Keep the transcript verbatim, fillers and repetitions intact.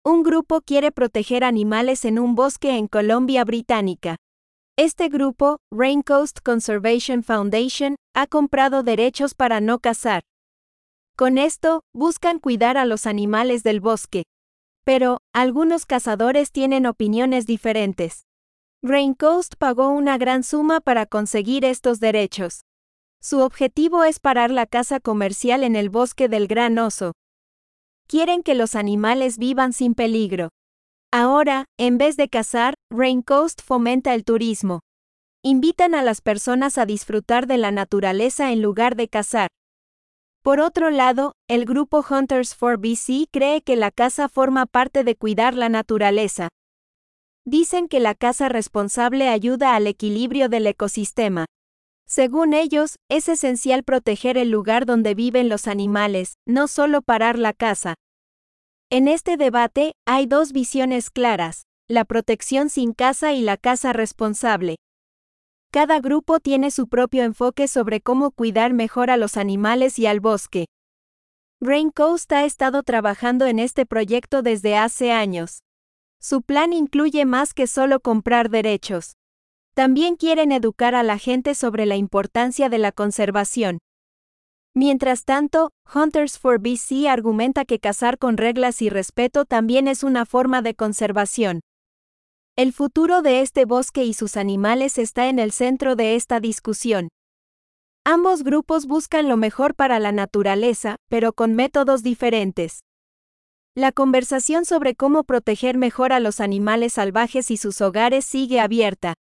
Un grupo quiere proteger animales en un bosque en Columbia Británica. Este grupo, Raincoast Conservation Foundation, ha comprado derechos para no cazar. Con esto, buscan cuidar a los animales del bosque. Pero, algunos cazadores tienen opiniones diferentes. Raincoast pagó una gran suma para conseguir estos derechos. Su objetivo es parar la caza comercial en el bosque del Gran Oso. Quieren que los animales vivan sin peligro. Ahora, en vez de cazar, Raincoast fomenta el turismo. Invitan a las personas a disfrutar de la naturaleza en lugar de cazar. Por otro lado, el grupo Hunters for B C cree que la caza forma parte de cuidar la naturaleza. Dicen que la caza responsable ayuda al equilibrio del ecosistema. Según ellos, es esencial proteger el lugar donde viven los animales, no solo parar la caza. En este debate, hay dos visiones claras: la protección sin caza y la caza responsable. Cada grupo tiene su propio enfoque sobre cómo cuidar mejor a los animales y al bosque. Raincoast ha estado trabajando en este proyecto desde hace años. Su plan incluye más que solo comprar derechos. También quieren educar a la gente sobre la importancia de la conservación. Mientras tanto, Hunters for B C argumenta que cazar con reglas y respeto también es una forma de conservación. El futuro de este bosque y sus animales está en el centro de esta discusión. Ambos grupos buscan lo mejor para la naturaleza, pero con métodos diferentes. La conversación sobre cómo proteger mejor a los animales salvajes y sus hogares sigue abierta.